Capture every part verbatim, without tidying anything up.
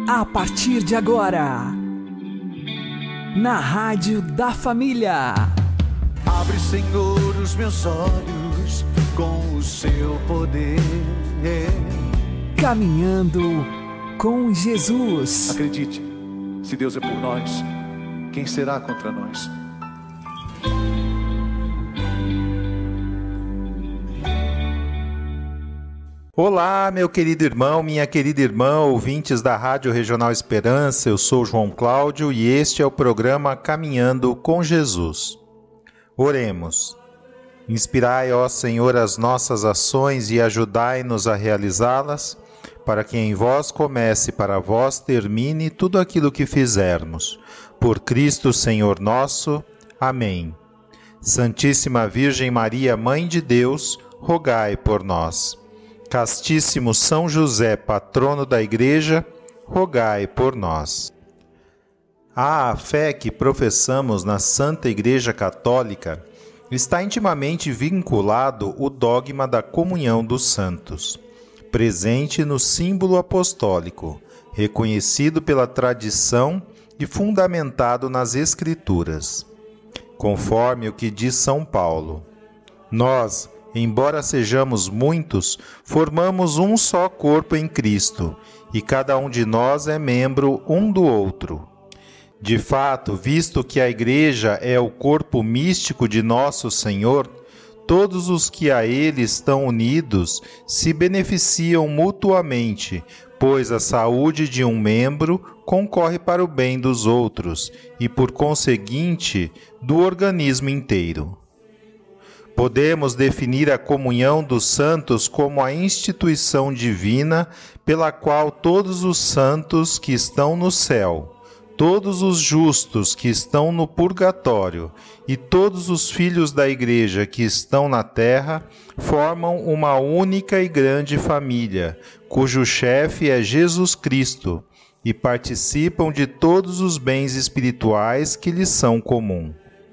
A partir de agora, na Rádio da Família. Abre, Senhor, os meus olhos com o seu poder. Caminhando com Jesus. Acredite, se Deus é por nós, quem será contra nós? Olá, meu querido irmão, minha querida irmã, ouvintes da Rádio Regional Esperança, eu sou João Cláudio e este é o programa Caminhando com Jesus. Oremos. Inspirai, ó Senhor, as nossas ações e ajudai-nos a realizá-las, para que em vós comece e para vós termine tudo aquilo que fizermos. Por Cristo, Senhor nosso. Amém. Santíssima Virgem Maria, Mãe de Deus, rogai por nós. Castíssimo São José, patrono da Igreja, rogai por nós. A fé que professamos na Santa Igreja Católica está intimamente vinculado o dogma da comunhão dos santos, presente no símbolo apostólico, reconhecido pela tradição e fundamentado nas Escrituras. Conforme o que diz São Paulo, nós, embora sejamos muitos, formamos um só corpo em Cristo, e cada um de nós é membro um do outro. De fato, visto que a Igreja é o corpo místico de nosso Senhor, todos os que a Ele estão unidos se beneficiam mutuamente, pois a saúde de um membro concorre para o bem dos outros e, por conseguinte, do organismo inteiro. Podemos definir a comunhão dos santos como a instituição divina pela qual todos os santos que estão no céu, todos os justos que estão no purgatório e todos os filhos da Igreja que estão na terra formam uma única e grande família, cujo chefe é Jesus Cristo, e participam de todos os bens espirituais que lhes são comuns.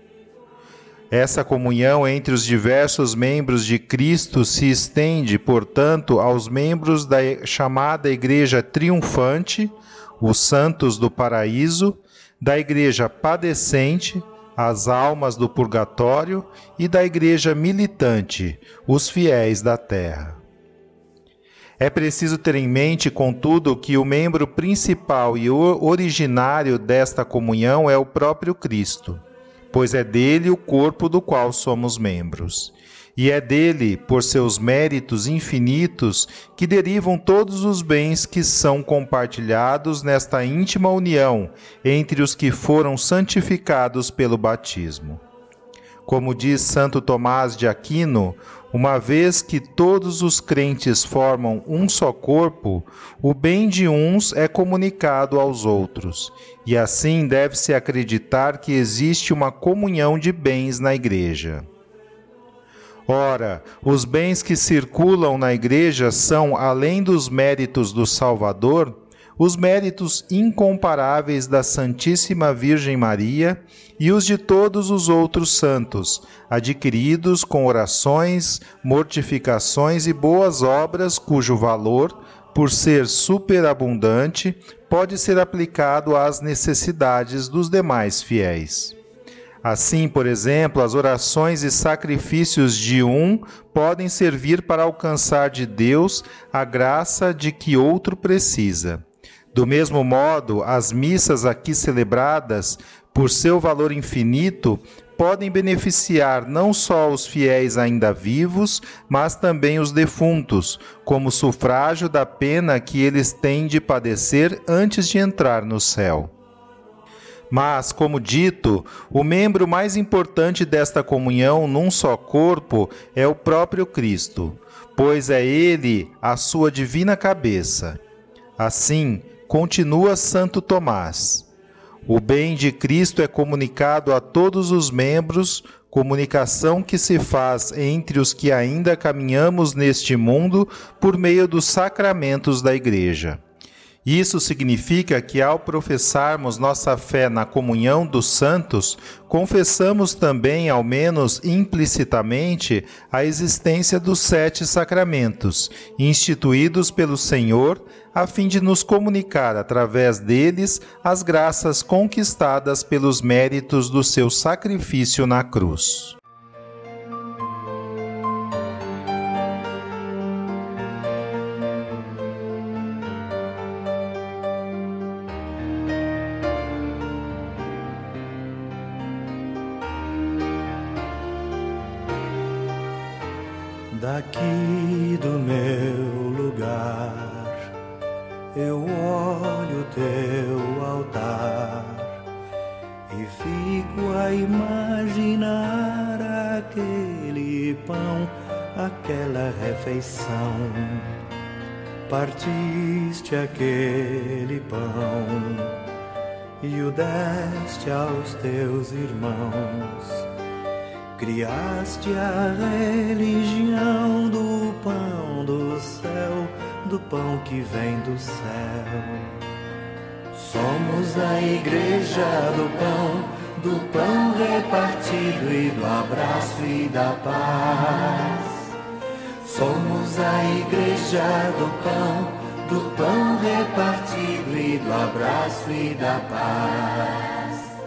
Essa comunhão entre os diversos membros de Cristo se estende, portanto, aos membros da chamada Igreja Triunfante, os santos do paraíso, da Igreja Padecente, as almas do purgatório, e da Igreja Militante, os fiéis da terra. É preciso ter em mente, contudo, que o membro principal e originário desta comunhão é o próprio Cristo, pois é dele o corpo do qual somos membros. E é dele, por seus méritos infinitos, que derivam todos os bens que são compartilhados nesta íntima união entre os que foram santificados pelo batismo. Como diz Santo Tomás de Aquino, uma vez que todos os crentes formam um só corpo, o bem de uns é comunicado aos outros, e assim deve-se acreditar que existe uma comunhão de bens na Igreja. Ora, os bens que circulam na Igreja são, além dos méritos do Salvador, os méritos incomparáveis da Santíssima Virgem Maria e os de todos os outros santos, adquiridos com orações, mortificações e boas obras, cujo valor, por ser superabundante, pode ser aplicado às necessidades dos demais fiéis. Assim, por exemplo, as orações e sacrifícios de um podem servir para alcançar de Deus a graça de que outro precisa. Do mesmo modo, as missas aqui celebradas, por seu valor infinito, podem beneficiar não só os fiéis ainda vivos, mas também os defuntos, como sufrágio da pena que eles têm de padecer antes de entrar no céu. Mas, como dito, o membro mais importante desta comunhão num só corpo é o próprio Cristo, pois é Ele a sua divina cabeça. Assim, continua Santo Tomás: o bem de Cristo é comunicado a todos os membros, comunicação que se faz entre os que ainda caminhamos neste mundo por meio dos sacramentos da Igreja. Isso significa que, ao professarmos nossa fé na comunhão dos santos, confessamos também, ao menos implicitamente, a existência dos sete sacramentos, instituídos pelo Senhor, a fim de nos comunicar, através deles, as graças conquistadas pelos méritos do seu sacrifício na cruz. Daqui do meu lugar, eu olho teu altar e fico a imaginar aquele pão, aquela refeição. Partiste aquele pão e o deste aos teus irmãos. Criaste a religião do pão do céu, do pão que vem do céu. Somos a igreja do pão, do pão repartido e do abraço e da paz. Somos a igreja do pão, do pão repartido e do abraço e da paz.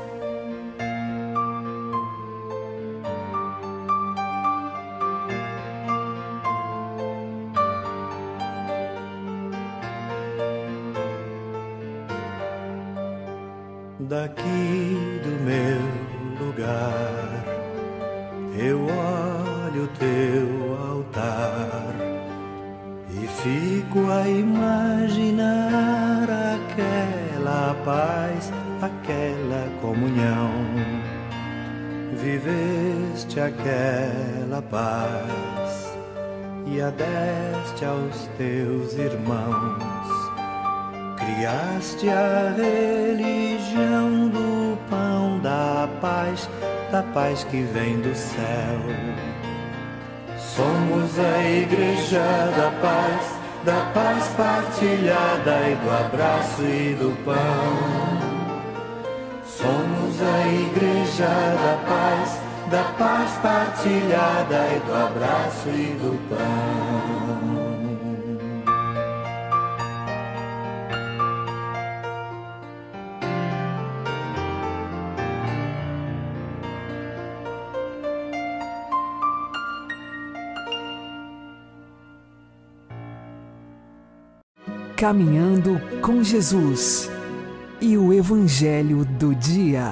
Daqui do meu lugar, eu olho teu altar e fico a imaginar aquela paz, aquela comunhão. Viveste aquela paz e a deste aos teus irmãos. Criaste a religião do pão da paz, da paz que vem do céu. Somos a igreja da paz, da paz partilhada e do abraço e do pão. Somos a igreja da paz, da paz partilhada e do abraço e do pão. Caminhando com Jesus e o Evangelho do Dia.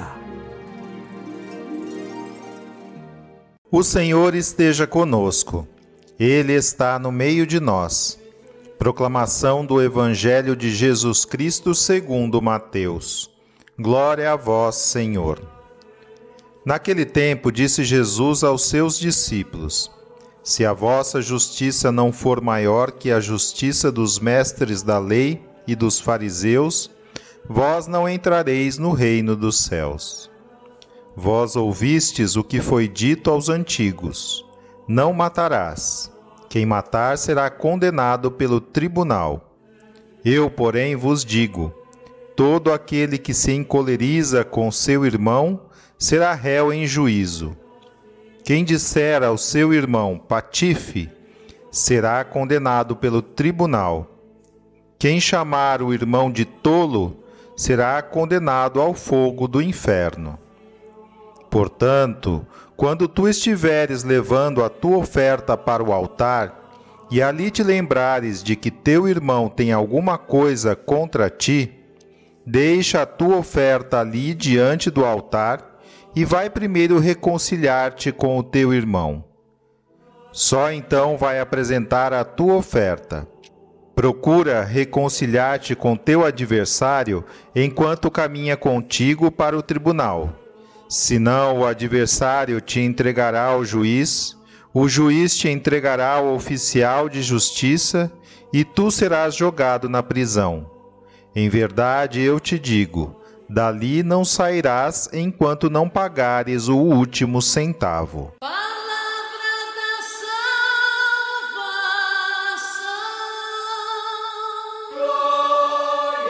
O Senhor esteja conosco. Ele está no meio de nós. Proclamação do Evangelho de Jesus Cristo segundo Mateus. Glória a vós, Senhor. Naquele tempo disse Jesus aos seus discípulos: Se a vossa justiça não for maior que a justiça dos mestres da lei e dos fariseus, vós não entrareis no reino dos céus. Vós ouvistes o que foi dito aos antigos: Não matarás. Quem matar será condenado pelo tribunal. Eu, porém, vos digo: todo aquele que se encoleriza com seu irmão será réu em juízo. Quem disser ao seu irmão patife, será condenado pelo tribunal. Quem chamar o irmão de tolo, será condenado ao fogo do inferno. Portanto, quando tu estiveres levando a tua oferta para o altar, e ali te lembrares de que teu irmão tem alguma coisa contra ti, deixa a tua oferta ali diante do altar, e vai primeiro reconciliar-te com o teu irmão. Só então vai apresentar a tua oferta. Procura reconciliar-te com teu adversário enquanto caminha contigo para o tribunal. Senão o adversário te entregará ao juiz, o juiz te entregará ao oficial de justiça e tu serás jogado na prisão. Em verdade eu te digo, dali não sairás enquanto não pagares o último centavo. Palavra da salvação. Glória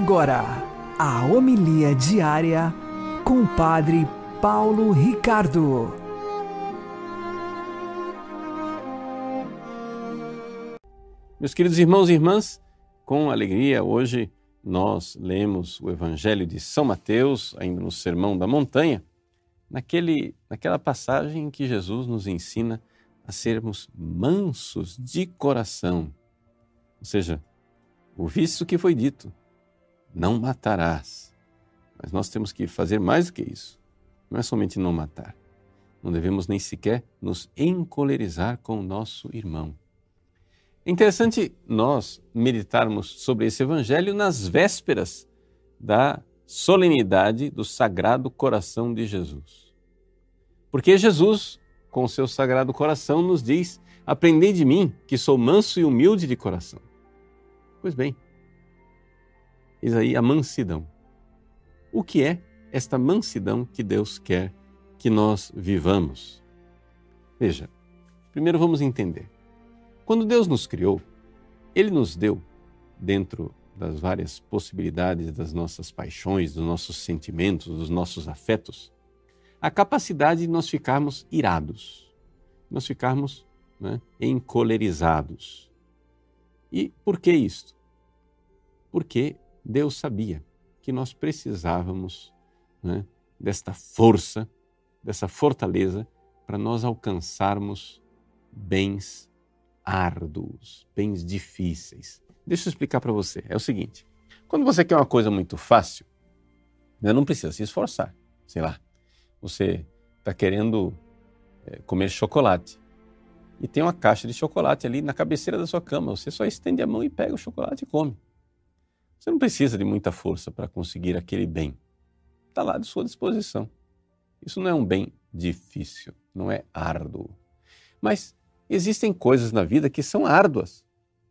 agora a homilia diária com o Padre Paulo Ricardo. Meus queridos irmãos e irmãs, com alegria hoje nós lemos o Evangelho de São Mateus, ainda no Sermão da Montanha, naquele, naquela passagem em que Jesus nos ensina a sermos mansos de coração. Ou seja, ouviste o que foi dito, não matarás. Mas nós temos que fazer mais do que isso. Não é somente não matar. Não devemos nem sequer nos encolerizar com o nosso irmão. É interessante nós meditarmos sobre esse Evangelho nas vésperas da solenidade do Sagrado Coração de Jesus. Porque Jesus, com o seu Sagrado Coração, nos diz: aprendei de mim, que sou manso e humilde de coração. Pois bem, eis aí a mansidão. O que é esta mansidão que Deus quer que nós vivamos? Veja, primeiro vamos entender. Quando Deus nos criou, Ele nos deu, dentro das várias possibilidades das nossas paixões, dos nossos sentimentos, dos nossos afetos, a capacidade de nós ficarmos irados, nós ficarmos né, encolerizados. E por que isto? Porque Deus sabia que nós precisávamos né, desta força, dessa fortaleza, para nós alcançarmos bens árduos, bens difíceis. Deixa eu explicar para você. É o seguinte, quando você quer uma coisa muito fácil, né, não precisa se esforçar. Sei lá, você está querendo é, comer chocolate e tem uma caixa de chocolate ali na cabeceira da sua cama. Você só estende a mão e pega o chocolate e come. Você não precisa de muita força para conseguir aquele bem. Está lá à sua disposição. Isso não é um bem difícil, não é árduo. Mas existem coisas na vida que são árduas.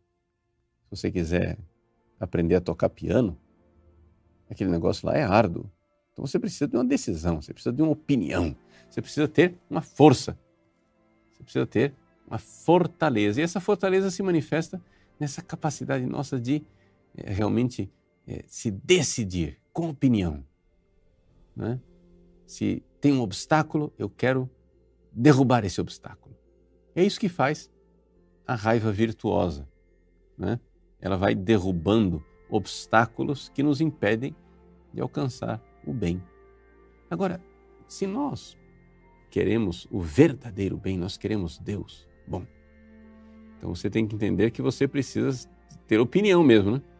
Se você quiser aprender a tocar piano, aquele negócio lá é árduo. Então você precisa de uma decisão, você precisa de uma opinião, você precisa ter uma força, você precisa ter uma fortaleza. E essa fortaleza se manifesta nessa capacidade nossa de é, realmente é, se decidir com opinião. Né? Se tem um obstáculo, eu quero derrubar esse obstáculo. É isso que faz a raiva virtuosa. Né? Ela vai derrubando obstáculos que nos impedem de alcançar o bem. Agora, se nós queremos o verdadeiro bem, nós queremos Deus, bom, então você tem que entender que você precisa ter opinião mesmo, né?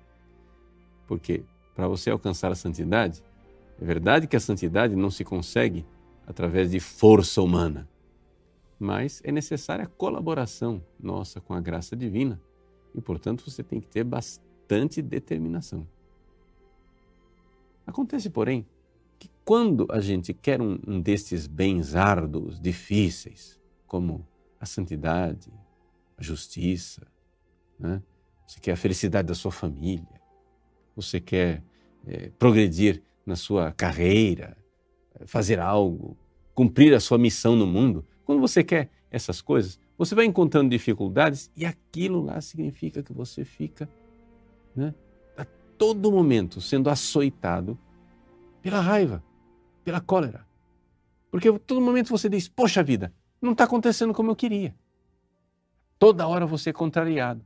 Porque para você alcançar a santidade, é verdade que a santidade não se consegue através de força humana, mas é necessária a colaboração nossa com a graça divina e, portanto, você tem que ter bastante determinação. Acontece, porém, que quando a gente quer um, um destes bens árduos, difíceis, como a santidade, a justiça, né? Você quer a felicidade da sua família, você quer é, progredir na sua carreira, fazer algo, cumprir a sua missão no mundo. Quando você quer essas coisas, você vai encontrando dificuldades e aquilo lá significa que você fica, né, a todo momento sendo açoitado pela raiva, pela cólera. Porque a todo momento você diz, poxa vida, não está acontecendo como eu queria. Toda hora você é contrariado.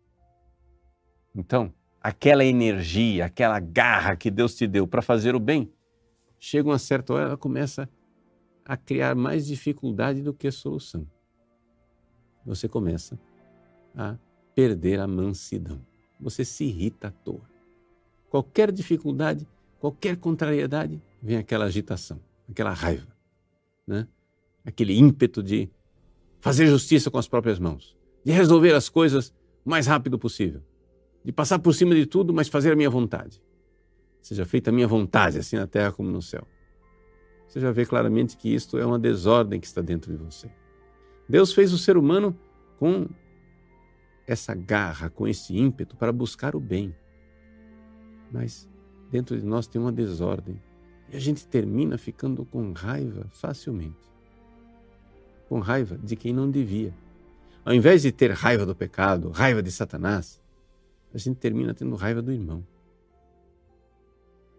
Então, aquela energia, aquela garra que Deus te deu para fazer o bem, chega uma certa hora, ela começa a criar mais dificuldade do que solução. Você começa a perder a mansidão. Você se irrita à toa. Qualquer dificuldade, qualquer contrariedade, vem aquela agitação, aquela raiva, né? Aquele ímpeto de fazer justiça com as próprias mãos, de resolver as coisas o mais rápido possível, de passar por cima de tudo, mas fazer a minha vontade. Seja feita a minha vontade, assim na terra como no céu. Você já vê claramente que isto é uma desordem que está dentro de você. Deus fez o ser humano com essa garra, com esse ímpeto para buscar o bem. Mas dentro de nós tem uma desordem e a gente termina ficando com raiva facilmente. Com raiva de quem não devia. Ao invés de ter raiva do pecado, raiva de Satanás, a gente termina tendo raiva do irmão.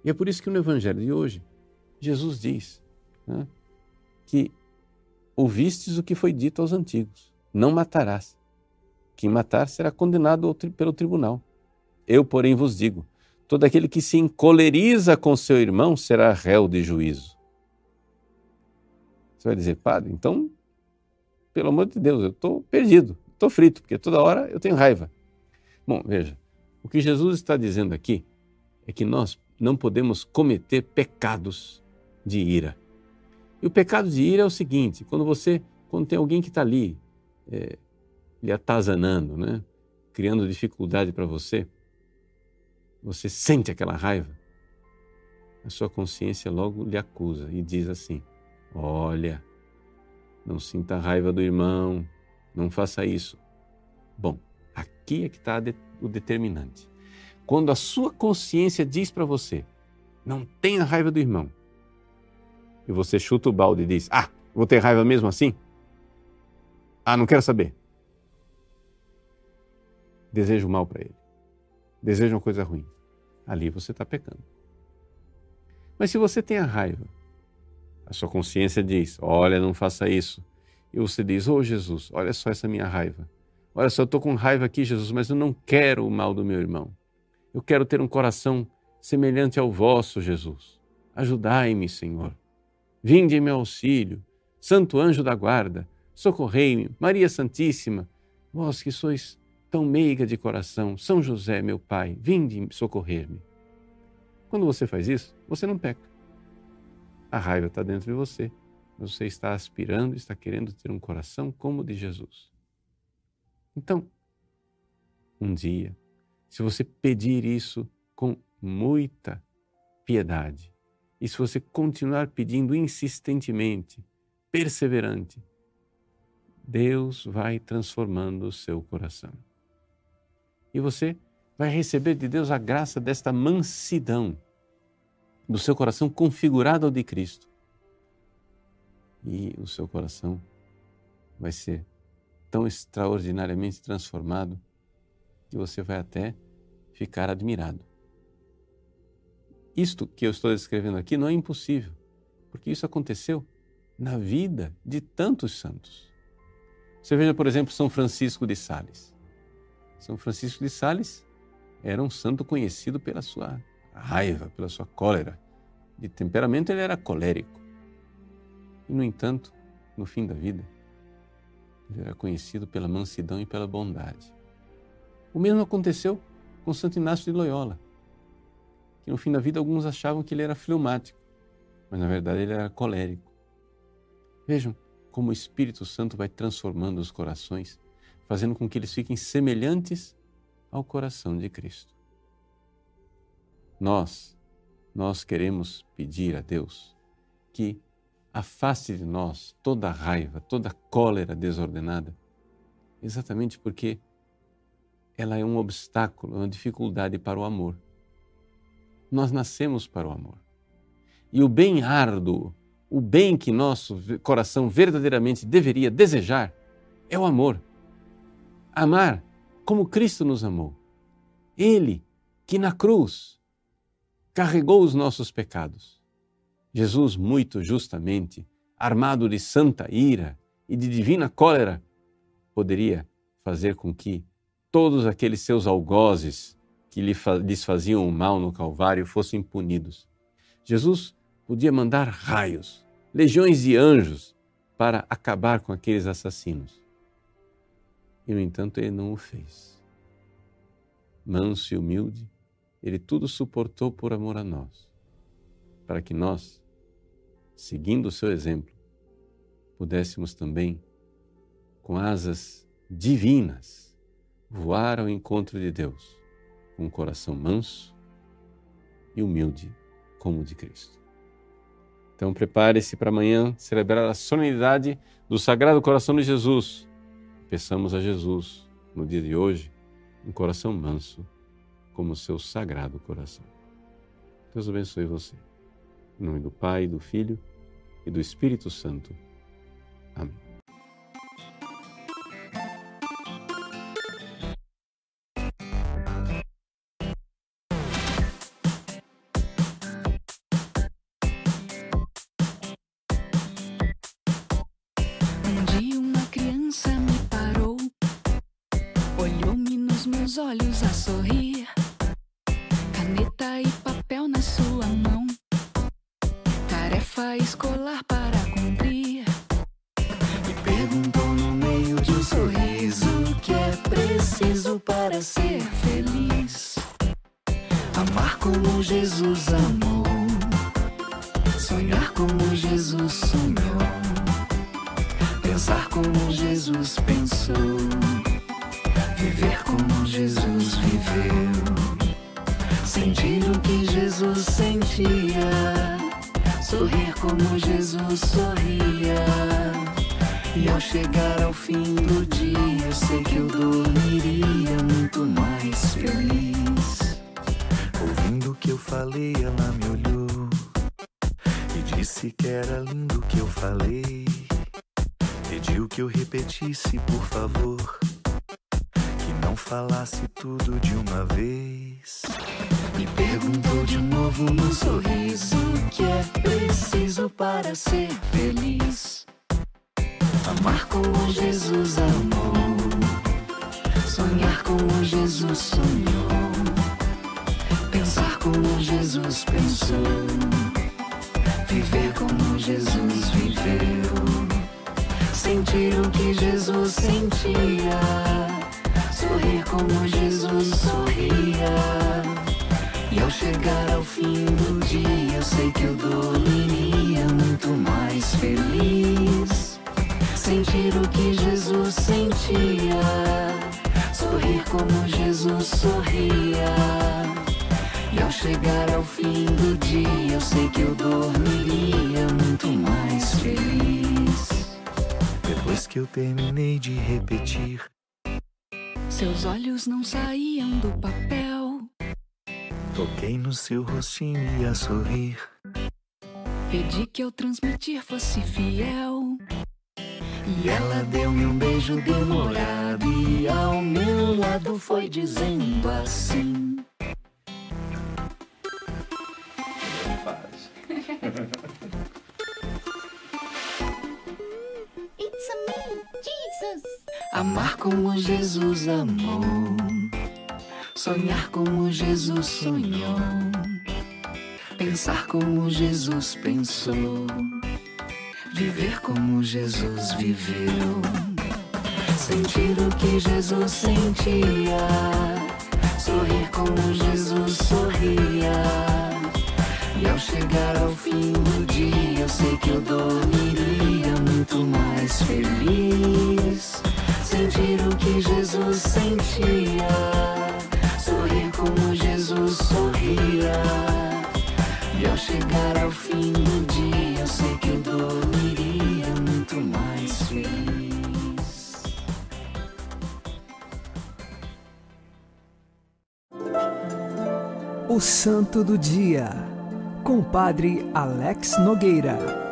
E é por isso que no Evangelho de hoje, Jesus diz, né, que ouvistes o que foi dito aos antigos, não matarás. Quem matar será condenado pelo tribunal. Eu, porém, vos digo, todo aquele que se encoleriza com seu irmão será réu de juízo. Você vai dizer, padre, então, pelo amor de Deus, eu estou perdido, estou frito, porque toda hora eu tenho raiva. Bom, veja, o que Jesus está dizendo aqui é que nós não podemos cometer pecados de ira. E o pecado de ira é o seguinte, quando você, quando tem alguém que está ali, é, lhe atazanando, né, criando dificuldade para você, você sente aquela raiva, a sua consciência logo lhe acusa e diz assim, olha, não sinta a raiva do irmão, não faça isso. Bom, aqui é que está o determinante. Quando a sua consciência diz para você, não tenha raiva do irmão, e você chuta o balde e diz, ah, vou ter raiva mesmo assim? Ah, não quero saber. Desejo mal para ele. Desejo uma coisa ruim. Ali você está pecando. Mas se você tem a raiva, a sua consciência diz, olha, não faça isso. E você diz, ô oh, Jesus, olha só essa minha raiva. Olha só, eu estou com raiva aqui, Jesus, mas eu não quero o mal do meu irmão. Eu quero ter um coração semelhante ao vosso, Jesus. Ajudai-me, Senhor. Vinde em meu auxílio. Santo anjo da guarda, socorrei-me. Maria Santíssima, vós que sois tão meiga de coração, São José, meu Pai, vinde socorrer-me. Quando você faz isso, você não peca. A raiva está dentro de você. Você está aspirando, está querendo ter um coração como o de Jesus. Então, um dia, se você pedir isso com muita piedade, e se você continuar pedindo insistentemente, perseverante, Deus vai transformando o seu coração. E você vai receber de Deus a graça desta mansidão do seu coração configurado ao de Cristo. E o seu coração vai ser tão extraordinariamente transformado que você vai até ficar admirado. Isto que eu estou descrevendo aqui não é impossível, porque isso aconteceu na vida de tantos santos. Você veja, por exemplo, São Francisco de Sales. São Francisco de Sales era um santo conhecido pela sua raiva, pela sua cólera. De temperamento ele era colérico. E, no entanto, no fim da vida, ele era conhecido pela mansidão e pela bondade. O mesmo aconteceu com Santo Inácio de Loyola, que no fim da vida alguns achavam que ele era fleumático, mas na verdade ele era colérico. Vejam como o Espírito Santo vai transformando os corações, fazendo com que eles fiquem semelhantes ao coração de Cristo. Nós, nós queremos pedir a Deus que afaste de nós toda a raiva, toda a cólera desordenada, exatamente porque ela é um obstáculo, uma dificuldade para o amor. Nós nascemos para o amor. E o bem árduo, o bem que nosso coração verdadeiramente deveria desejar, é o amor. Amar como Cristo nos amou. Ele que na cruz carregou os nossos pecados. Jesus, muito justamente, armado de santa ira e de divina cólera, poderia fazer com que todos aqueles seus algozes que lhes faziam o mal no Calvário fossem punidos. Jesus podia mandar raios, legiões de anjos para acabar com aqueles assassinos. E, no entanto, ele não o fez. Manso e humilde, ele tudo suportou por amor a nós, para que nós, seguindo o seu exemplo, pudéssemos também, com asas divinas, voar ao encontro de Deus, com um coração manso e humilde como o de Cristo. Então prepare-se para amanhã celebrar a solenidade do Sagrado Coração de Jesus. Peçamos a Jesus, no dia de hoje, um coração manso como o seu Sagrado Coração. Deus abençoe você. Em nome do Pai, do Filho e do Espírito Santo. Amém. seus olhos a sorrir, caneta e papel na sua mão, tarefa escolar para cumprir. Me perguntou no meio de um sorriso o que é preciso para ser feliz. Amar como Jesus amou, sonhar como Jesus sonhou, pensar como Jesus pensou, viver como Jesus viveu, sentir o que Jesus sentia, sorrir como Jesus sorria. E ao chegar ao fim do dia, eu sei que eu dormiria muito mais feliz. Ouvindo o que eu falei, ela me olhou e disse que era lindo o que eu falei. Pediu que eu repetisse, por favor, que não falasse tudo de uma vez. Me perguntou de novo num sorriso o que é preciso para ser feliz. Amar como Jesus amou, sonhar como Jesus sonhou, pensar como Jesus pensou, viver como Jesus viveu, sentir o que Jesus sentia, sorrir como Jesus sorria. E ao chegar ao fim do dia, eu sei que eu dormiria muito mais feliz. Sentir o que Jesus sentia, sorrir como Jesus sorria. E ao chegar ao fim do dia, eu sei que eu dormiria muito mais feliz. Depois que eu terminei de repetir, Seus olhos não saíam do papel. Toquei no seu rostinho e a sorrir. Pedi que eu transmitir fosse fiel. E ela deu-me um beijo demorado e ao meu lado foi dizendo assim: It's a me, Jesus. amar como Jesus amou, sonhar como Jesus sonhou, pensar como Jesus pensou, viver como Jesus viveu, sentir o que Jesus sentia, sorrir como Jesus sorria. E ao chegar ao fim do dia, eu sei que eu dormiria muito mais feliz. Sentir o que Jesus sentia, sorrir como Jesus sorria. E ao chegar ao fim do dia, eu sei que eu dormiria muito mais feliz. O Santo do Dia, com o Padre Alex Nogueira.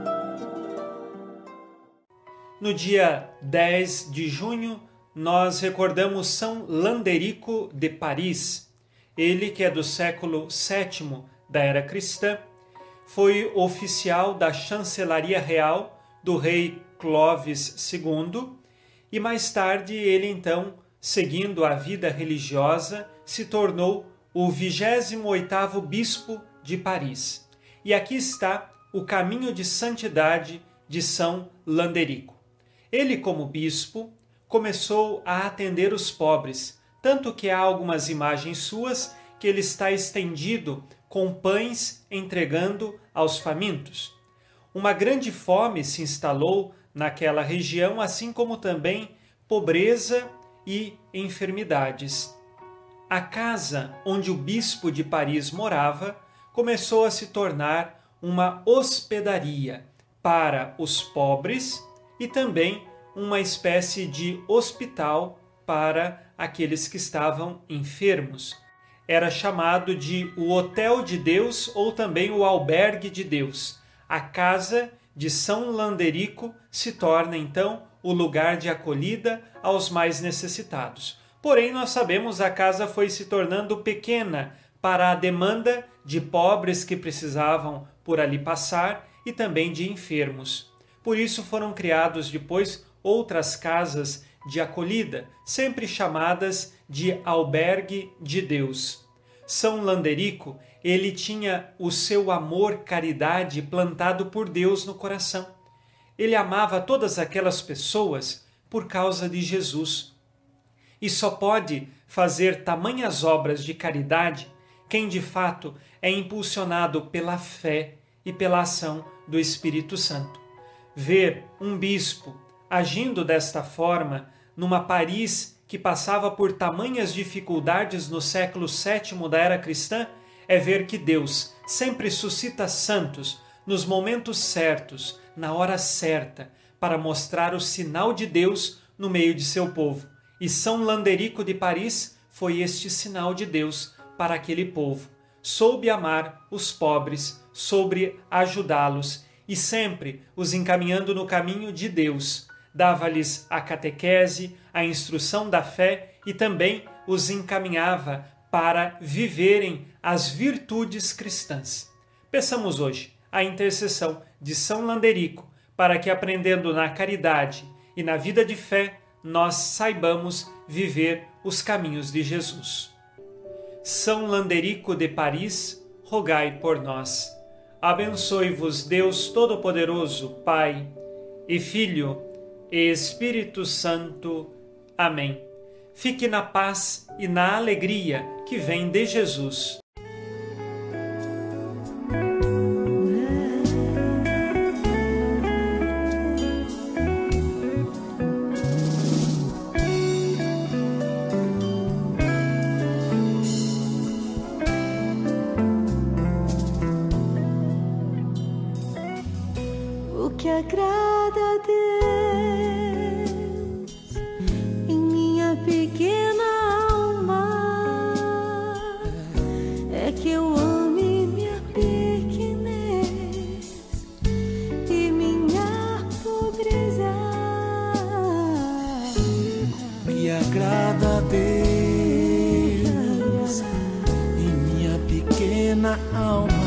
No dia dez de junho, nós recordamos São Landerico de Paris. Ele, que é do século sétimo da era cristã, foi oficial da chancelaria real do rei Clovis segundo e mais tarde ele então, seguindo a vida religiosa, se tornou o vigésimo oitavo bispo de Paris. E aqui está o caminho de santidade de São Landerico. Ele, como bispo, começou a atender os pobres, tanto que há algumas imagens suas que ele está estendido com pães entregando aos famintos. Uma grande fome se instalou naquela região, assim como também pobreza e enfermidades. A casa onde o bispo de Paris morava começou a se tornar uma hospedaria para os pobres e também uma espécie de hospital para aqueles que estavam enfermos. Era chamado de o Hotel de Deus ou também o Albergue de Deus. A casa de São Landerico se torna então o lugar de acolhida aos mais necessitados. Porém, nós sabemos a casa foi se tornando pequena para a demanda de pobres que precisavam por ali passar e também de enfermos. Por isso foram criados depois outras casas de acolhida, sempre chamadas de albergue de Deus. São Landerico, ele tinha o seu amor caridade plantado por Deus no coração. Ele amava todas aquelas pessoas por causa de Jesus. E só pode fazer tamanhas obras de caridade quem de fato é impulsionado pela fé e pela ação do Espírito Santo. Ver um bispo agindo desta forma numa Paris que passava por tamanhas dificuldades no século sétimo da era cristã é ver que Deus sempre suscita santos nos momentos certos, na hora certa, para mostrar o sinal de Deus no meio de seu povo. E São Landerico de Paris foi este sinal de Deus para aquele povo. Soube amar os pobres, soube ajudá-los e sempre os encaminhando no caminho de Deus. Dava-lhes a catequese, a instrução da fé e também os encaminhava para viverem as virtudes cristãs. Peçamos hoje a intercessão de São Landerico para que, aprendendo na caridade e na vida de fé, nós saibamos viver os caminhos de Jesus. São Landerico de Paris, rogai por nós. Abençoe-vos Deus Todo-Poderoso, Pai e Filho e Espírito Santo. Amém. Fique na paz e na alegria que vem de Jesus. O que agrada a Deus em minha pequena alma é que eu ame minha pequenez e minha pobreza. O que agrada a Deus em minha pequena alma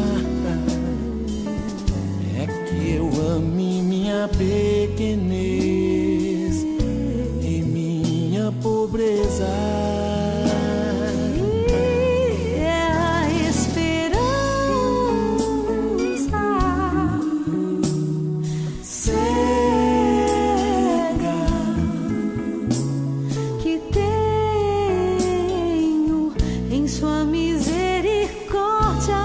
eu ame minha pequenez e minha pobreza. É a esperança cega que tenho em sua misericórdia.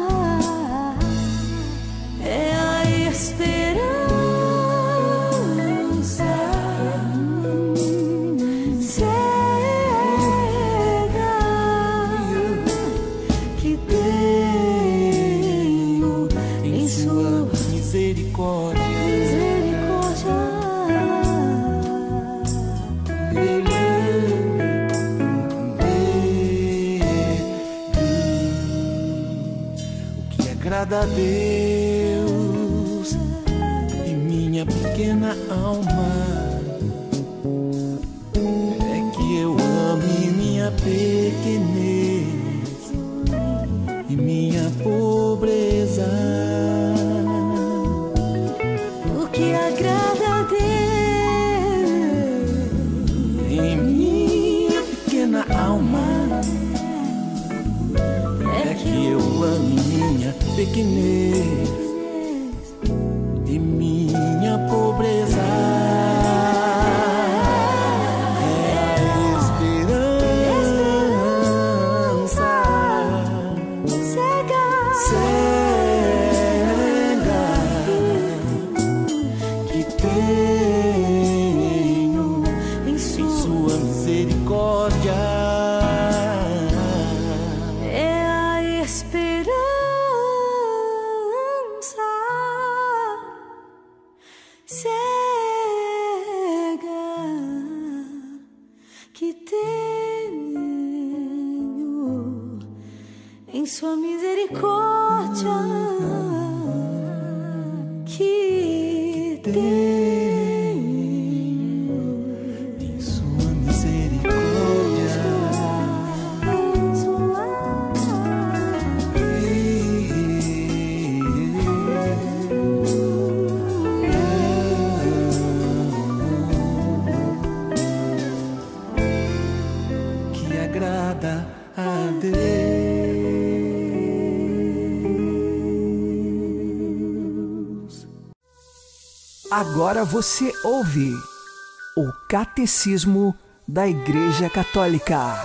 Agrada a Deus em minha pequena alma é que eu ame minha pequenez e minha pobreza. O que agrada a Deus em minha pequena alma é que eu ame minha pequenez e minha pobreza. É a esperança cega, cega que tenho em sua misericórdia. Em sua misericórdia que tenho, em sua misericórdia, Agora você ouve o Catecismo da Igreja Católica.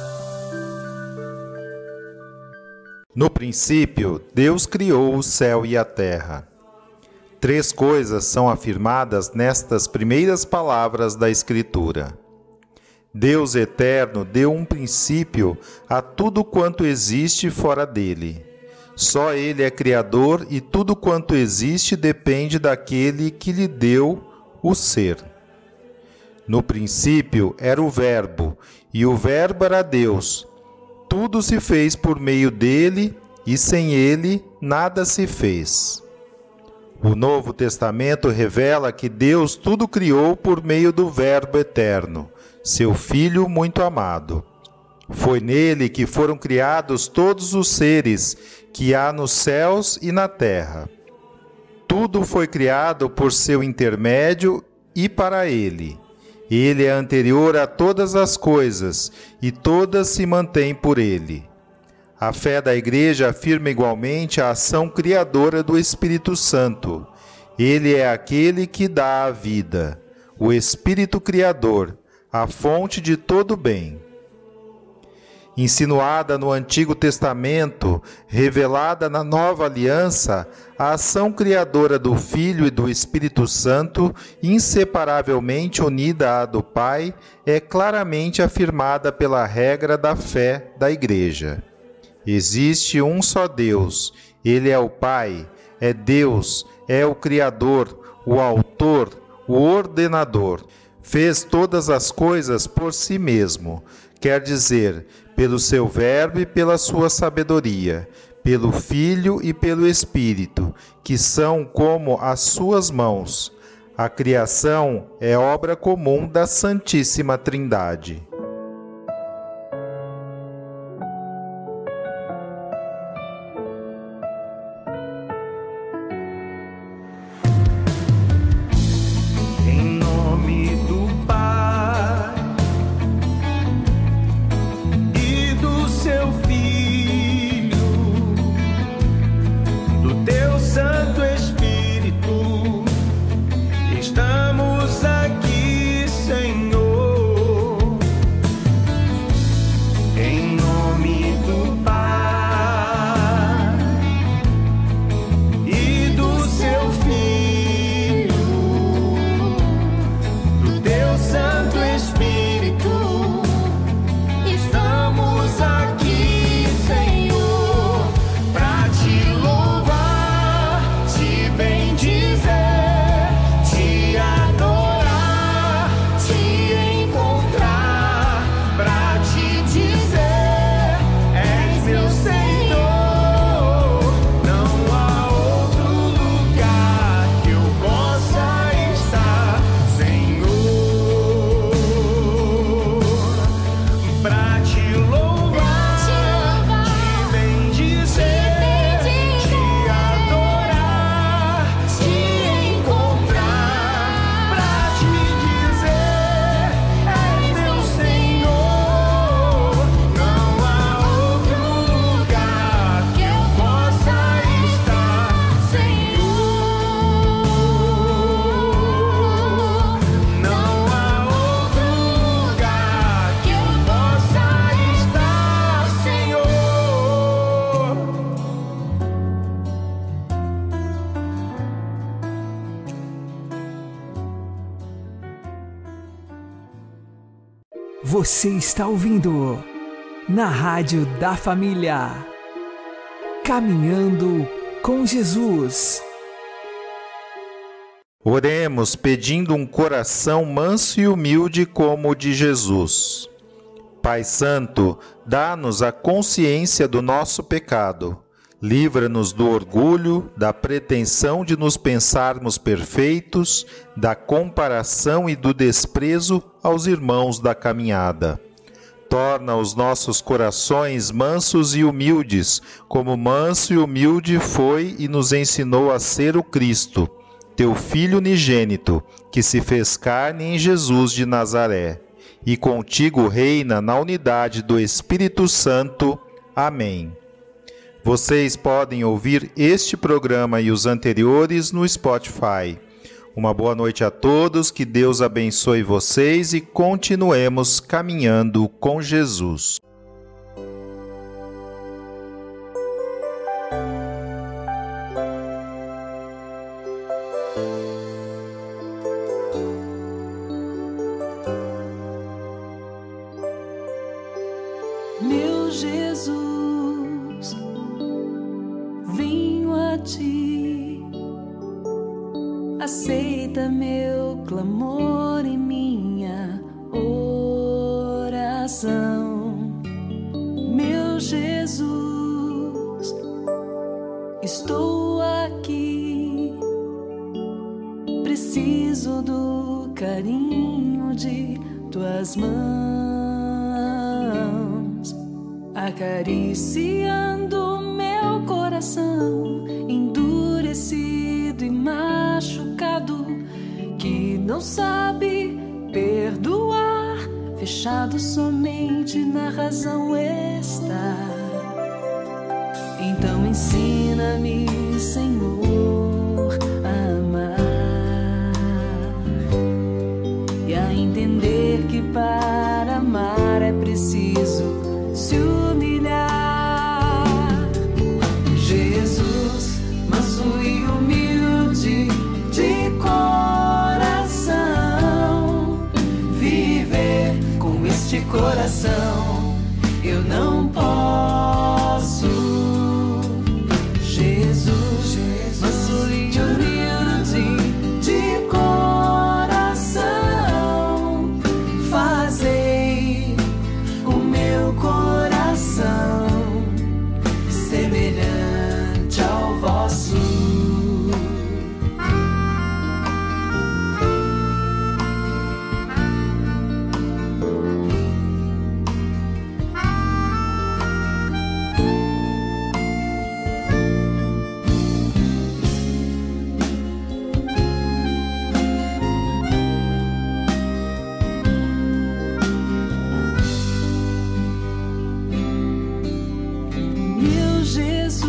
No princípio, Deus criou o céu e a terra. Três coisas são afirmadas nestas primeiras palavras da Escritura. Deus eterno deu um princípio a tudo quanto existe fora dele. Só ele é criador e tudo quanto existe depende daquele que lhe deu o ser. No princípio era o Verbo, e o Verbo era Deus. Tudo se fez por meio dele, e sem ele nada se fez. O Novo Testamento revela que Deus tudo criou por meio do Verbo eterno, seu Filho muito amado. Foi nele que foram criados todos os seres que há nos céus e na terra. Tudo foi criado por seu intermédio e para ele. Ele é anterior a todas as coisas, e todas se mantêm por ele. A fé da Igreja afirma igualmente a ação criadora do Espírito Santo. Ele é aquele que dá a vida, o Espírito Criador, a fonte de todo bem. Insinuada no Antigo Testamento, revelada na Nova Aliança, a ação criadora do Filho e do Espírito Santo, inseparavelmente unida à do Pai, é claramente afirmada pela regra da fé da Igreja. Existe um só Deus, Ele é o Pai, é Deus, é o Criador, o Autor, o Ordenador. Fez todas as coisas por si mesmo, quer dizer, pelo seu Verbo e pela sua sabedoria, pelo Filho e pelo Espírito, que são como as suas mãos. A criação é obra comum da Santíssima Trindade. Você está ouvindo na Rádio da Família, Caminhando com Jesus. Oremos pedindo um coração manso e humilde como o de Jesus. Pai Santo, dá-nos a consciência do nosso pecado. Livra-nos do orgulho, da pretensão de nos pensarmos perfeitos, da comparação e do desprezo aos irmãos da caminhada. Torna os nossos corações mansos e humildes, como manso e humilde foi e nos ensinou a ser o Cristo, teu Filho unigênito, que se fez carne em Jesus de Nazaré, e contigo reina na unidade do Espírito Santo. Amém. Vocês podem ouvir este programa e os anteriores no Spotify. Uma boa noite a todos, que Deus abençoe vocês e continuemos caminhando com Jesus. Meu Jesus, venho a ti, aceita meu clamor e minha oração. Meu Jesus, estou aqui, preciso do carinho de tuas mãos, acariciando meu coração endurecido e machucado, que não sabe perdoar, fechado somente na razão está. Então ensina-me, Senhor, a amar e a entender que para amar é preciso se humilhar. Jesus, manso e humilde de coração, viver com este coração eu não posso. Jesus, manso e humilde de coração, fazei o meu coração semelhante ao vosso. Meu Jesus,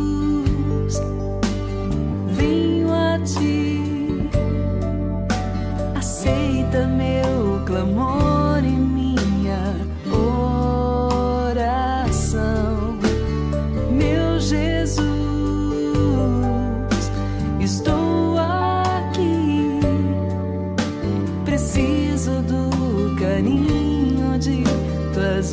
venho a ti, aceita meu clamor e minha oração. Meu Jesus, estou aqui, preciso do carinho de tuas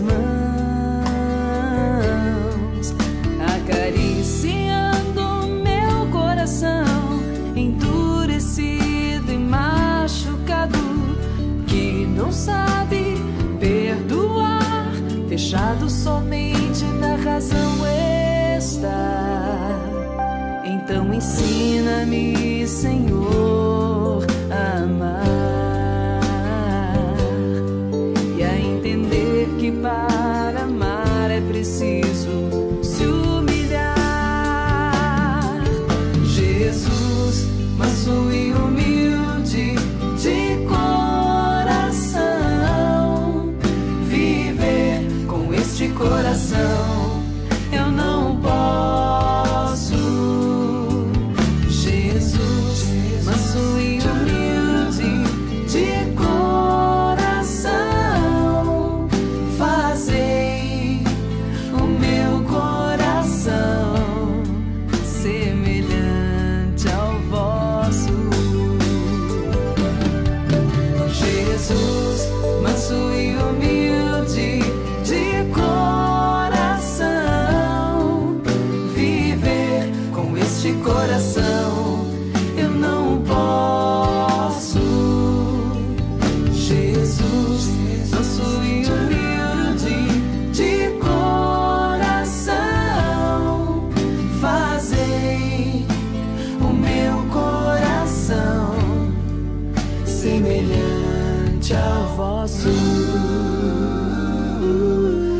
mãos, acariciando meu coração endurecido e machucado, que não sabe perdoar, fechado somente na razão está. Então ensina-me, Senhor, a amar e a entender que para amar é preciso se humilhar. Jesus, manso e humilde de coração, viver com este coração eu não posso. Jesus, manso e humilde de coração, fazei o meu coração semelhante ao vosso. Jesus, manso e humilde de coração, viver com este coração eu não posso. Jesus, manso e humilde de coração, fazei o meu coração semelhante ao vosso.